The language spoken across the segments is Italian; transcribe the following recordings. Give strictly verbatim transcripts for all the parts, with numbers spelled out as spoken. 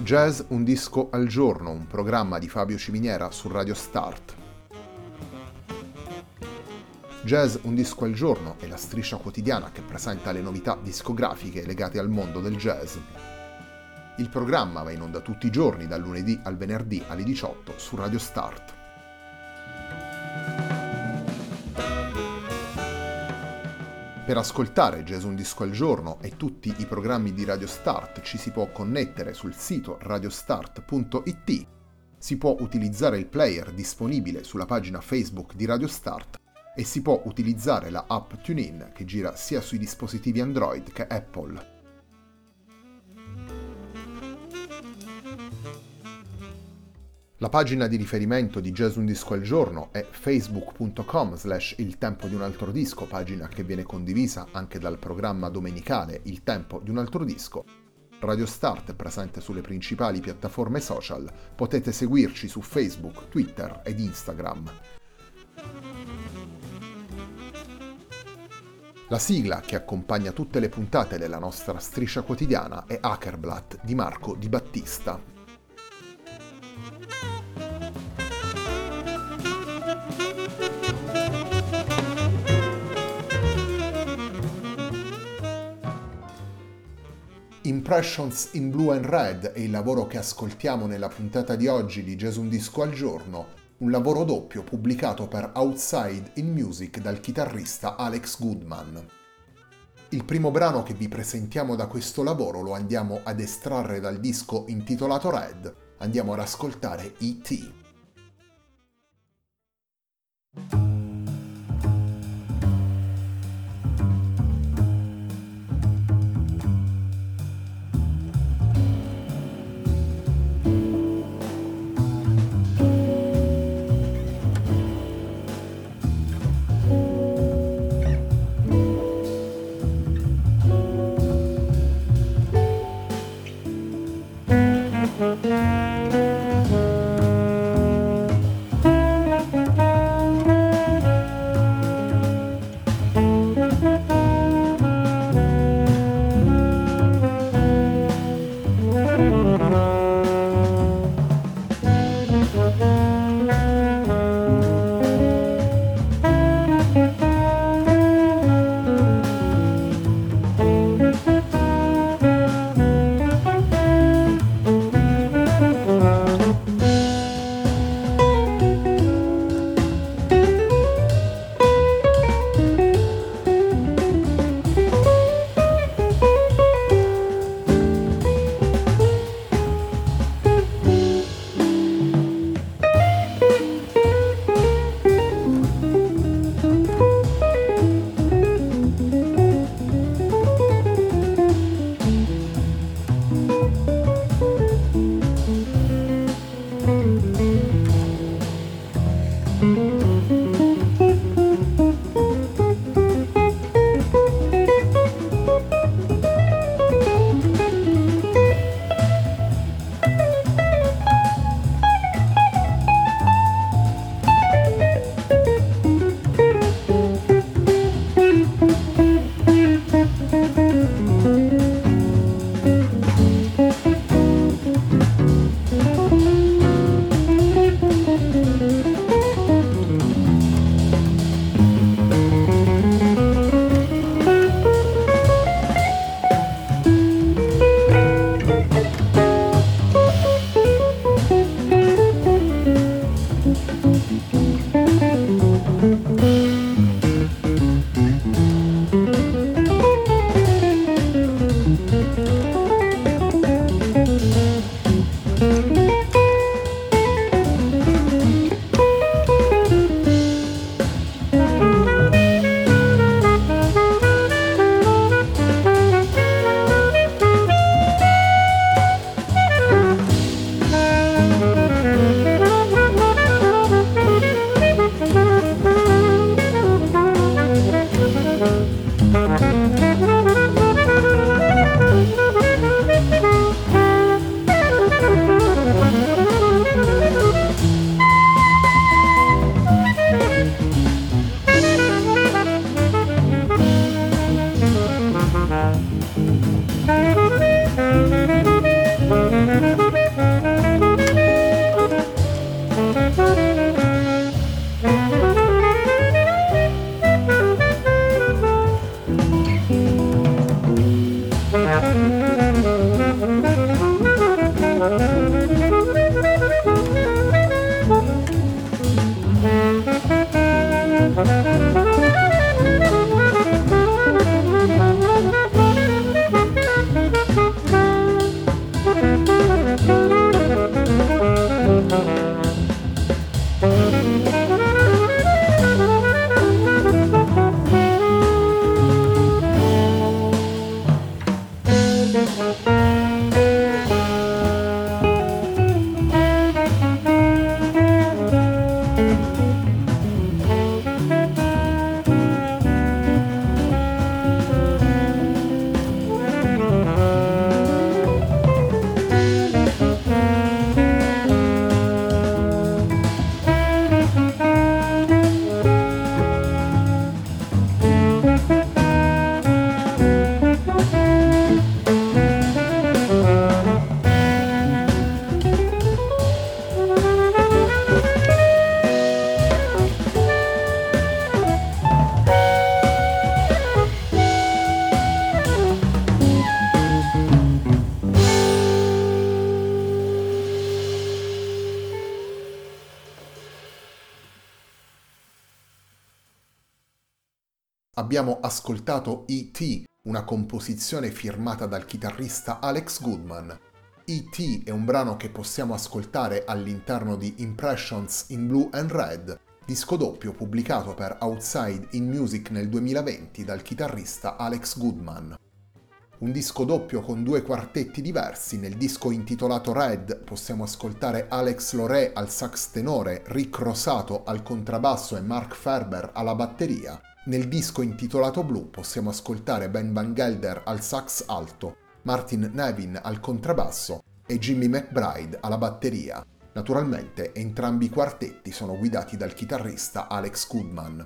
Jazz un disco al giorno, un programma di Fabio Ciminiera su Radio Start. Jazz un disco al giorno è la striscia quotidiana che presenta le novità discografiche legate al mondo del jazz. Il programma va in onda tutti i giorni dal lunedì al venerdì alle diciotto su Radio Start. Per ascoltare Jazz un disco al giorno e tutti i programmi di Radio Start ci si può connettere sul sito radiostart punto it, si può utilizzare il player disponibile sulla pagina Facebook di Radio Start e si può utilizzare la app TuneIn che gira sia sui dispositivi Android che Apple. La pagina di riferimento di Jazz un disco al giorno è facebook punto com slash il tempo di un altro disco, pagina che viene condivisa anche dal programma domenicale Il tempo di un altro disco. Radio Start è presente sulle principali piattaforme social, potete seguirci su Facebook, Twitter ed Instagram. La sigla che accompagna tutte le puntate della nostra striscia quotidiana è Hackerblatt di Marco Di Battista. Impressions in Blue and Red è il lavoro che ascoltiamo nella puntata di oggi di Jazz un disco al giorno, un lavoro doppio pubblicato per Outside in Music dal chitarrista Alex Goodman. Il primo brano che vi presentiamo da questo lavoro lo andiamo ad estrarre dal disco intitolato Red, andiamo ad ascoltare E T Thank you. Abbiamo ascoltato E T, una composizione firmata dal chitarrista Alex Goodman. E T è un brano che possiamo ascoltare all'interno di Impressions in Blue and Red, disco doppio pubblicato per Outside in Music nel duemilaventi dal chitarrista Alex Goodman. Un disco doppio con due quartetti diversi. Nel disco intitolato Red possiamo ascoltare Alex Loré al sax tenore, Rick Rosato al contrabbasso e Mark Ferber alla batteria. Nel disco intitolato Blue possiamo ascoltare Ben Van Gelder al sax alto, Martin Nevin al contrabbasso e Jimmy McBride alla batteria. Naturalmente entrambi i quartetti sono guidati dal chitarrista Alex Goodman.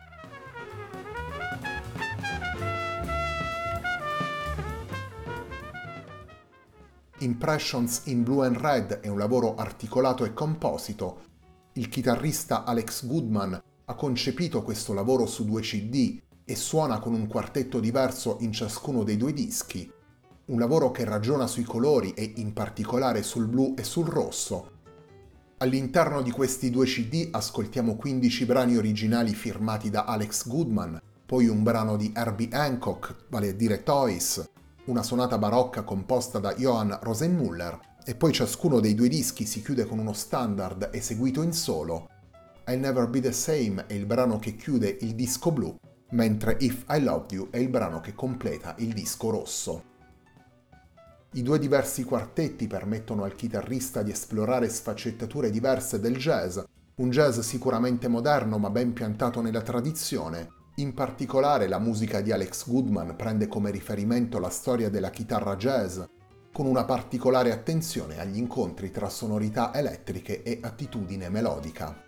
Impressions in Blue and Red è un lavoro articolato e composito. Il chitarrista Alex Goodman ha concepito questo lavoro su due C D e suona con un quartetto diverso in ciascuno dei due dischi. Un lavoro che ragiona sui colori e in particolare sul blu e sul rosso. All'interno di questi due C D ascoltiamo quindici brani originali firmati da Alex Goodman, poi un brano di Herbie Hancock, vale a dire Toys, una sonata barocca composta da Johann Rosenmuller, e poi ciascuno dei due dischi si chiude con uno standard eseguito in solo. I'll Never Be the Same è il brano che chiude il disco blu, mentre If I Loved You è il brano che completa il disco rosso. I due diversi quartetti permettono al chitarrista di esplorare sfaccettature diverse del jazz, un jazz sicuramente moderno ma ben piantato nella tradizione. In particolare la musica di Alex Goodman prende come riferimento la storia della chitarra jazz, con una particolare attenzione agli incontri tra sonorità elettriche e attitudine melodica.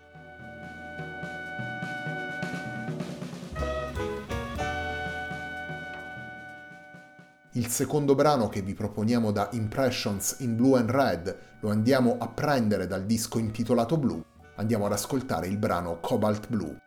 Il secondo brano che vi proponiamo da Impressions in Blue and Red lo andiamo a prendere dal disco intitolato Blue. Andiamo ad ascoltare il brano Cobalt Blue.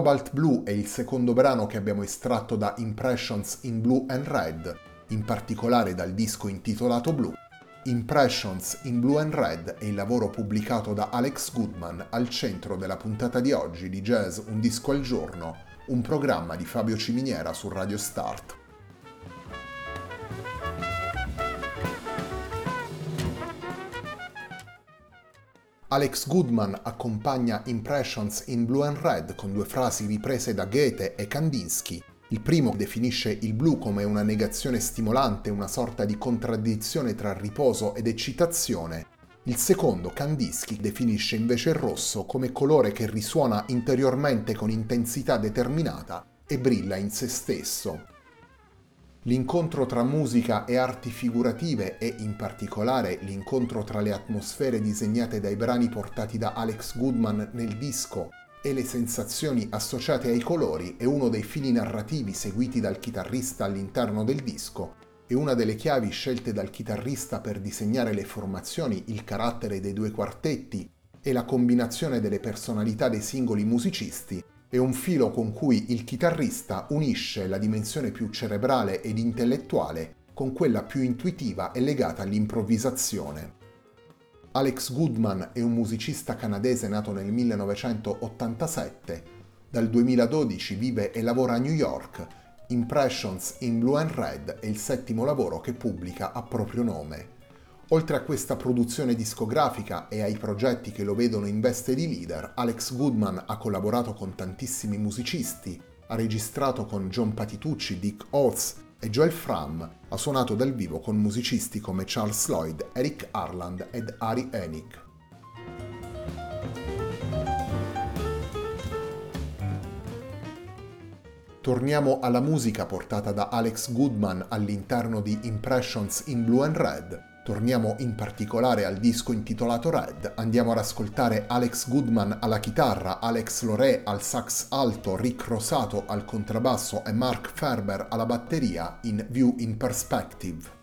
Cobalt Blue è il secondo brano che abbiamo estratto da Impressions in Blue and Red, in particolare dal disco intitolato Blue. Impressions in Blue and Red è il lavoro pubblicato da Alex Goodman al centro della puntata di oggi di Jazz Un Disco al Giorno, un programma di Fabio Ciminiera su Radio Start. Alex Goodman accompagna Impressions in Blue and Red con due frasi riprese da Goethe e Kandinsky. Il primo definisce il blu come una negazione stimolante, una sorta di contraddizione tra riposo ed eccitazione. Il secondo, Kandinsky, definisce invece il rosso come colore che risuona interiormente con intensità determinata e brilla in se stesso. L'incontro tra musica e arti figurative e, in particolare, l'incontro tra le atmosfere disegnate dai brani portati da Alex Goodman nel disco e le sensazioni associate ai colori è uno dei fili narrativi seguiti dal chitarrista all'interno del disco e una delle chiavi scelte dal chitarrista per disegnare le formazioni, il carattere dei due quartetti e la combinazione delle personalità dei singoli musicisti è un filo con cui il chitarrista unisce la dimensione più cerebrale ed intellettuale con quella più intuitiva e legata all'improvvisazione. Alex Goodman è un musicista canadese nato nel millenovecentottantasette. Dal duemiladodici vive e lavora a New York. Impressions in Blue and Red è il settimo lavoro che pubblica a proprio nome. Oltre a questa produzione discografica e ai progetti che lo vedono in veste di leader, Alex Goodman ha collaborato con tantissimi musicisti, ha registrato con John Patitucci, Dick Oates e Joel Fram, ha suonato dal vivo con musicisti come Charles Lloyd, Eric Harland ed Ari Enig. Torniamo alla musica portata da Alex Goodman all'interno di Impressions in Blue and Red. Torniamo in particolare al disco intitolato Red, andiamo ad ascoltare Alex Goodman alla chitarra, Alex Loré al sax alto, Rick Rosato al contrabbasso e Mark Ferber alla batteria in View in Perspective.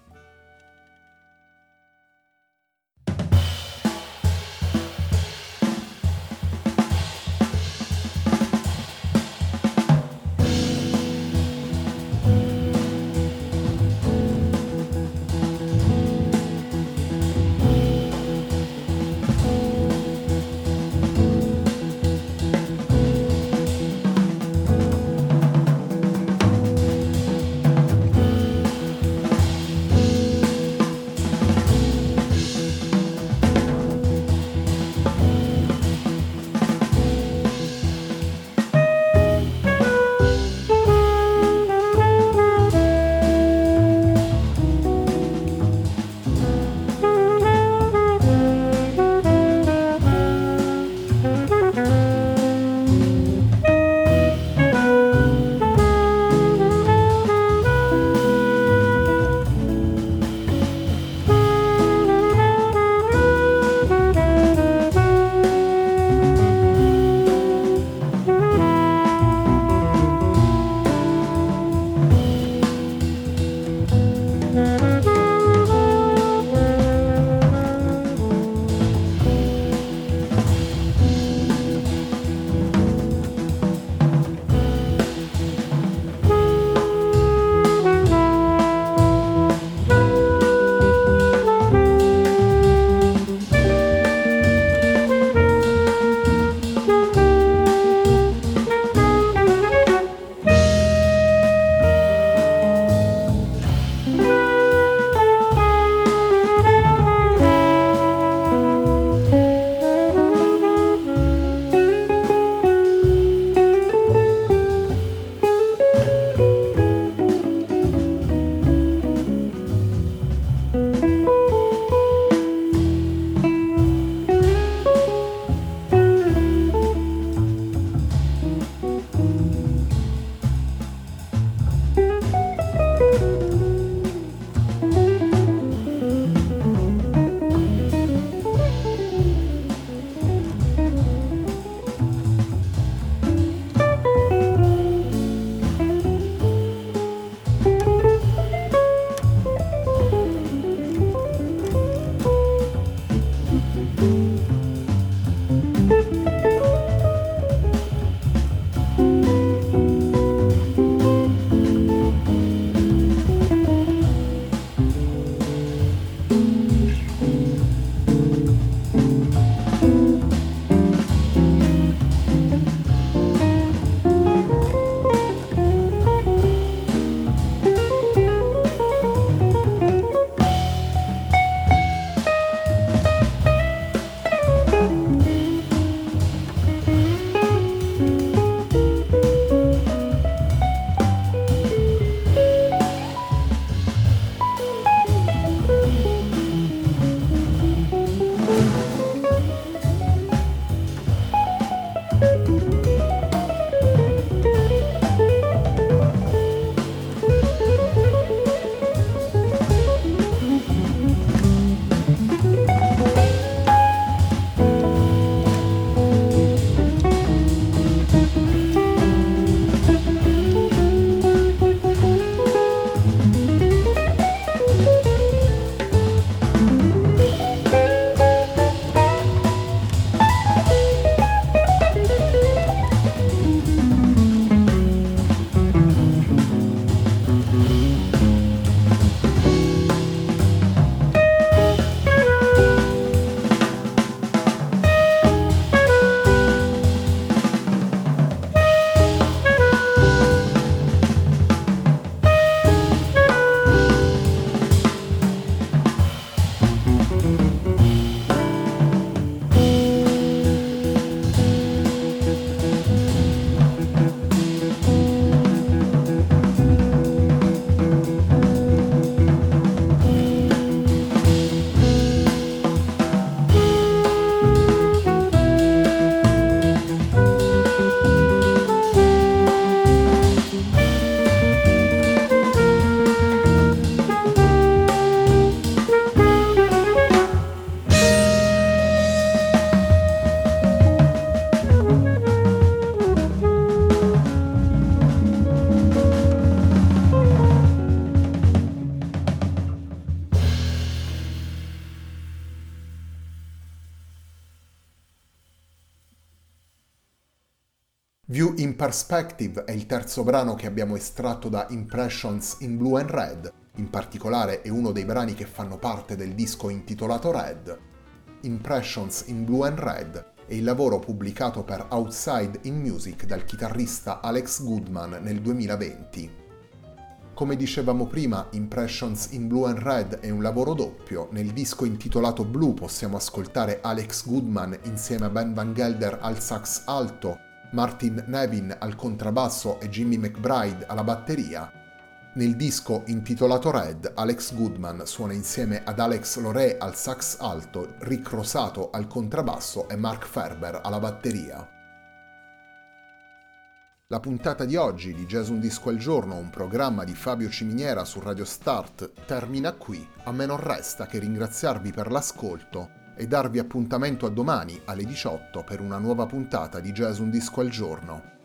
View in Perspective è il terzo brano che abbiamo estratto da Impressions in Blue and Red, in particolare è uno dei brani che fanno parte del disco intitolato Red. Impressions in Blue and Red è il lavoro pubblicato per Outside in Music dal chitarrista Alex Goodman nel duemilaventi. Come dicevamo prima, Impressions in Blue and Red è un lavoro doppio. Nel disco intitolato Blue possiamo ascoltare Alex Goodman insieme a Ben Van Gelder al sax alto, Martin Nevin al contrabbasso e Jimmy McBride alla batteria. Nel disco intitolato Red, Alex Goodman suona insieme ad Alex Loré al sax alto, Rick Rosato al contrabbasso e Mark Ferber alla batteria. La puntata di oggi di Jazz Un Disco al Giorno, un programma di Fabio Ciminiera su Radio Start, termina qui. A me non resta che ringraziarvi per l'ascolto e darvi appuntamento a domani alle diciotto per una nuova puntata di Jazz Un Disco al Giorno.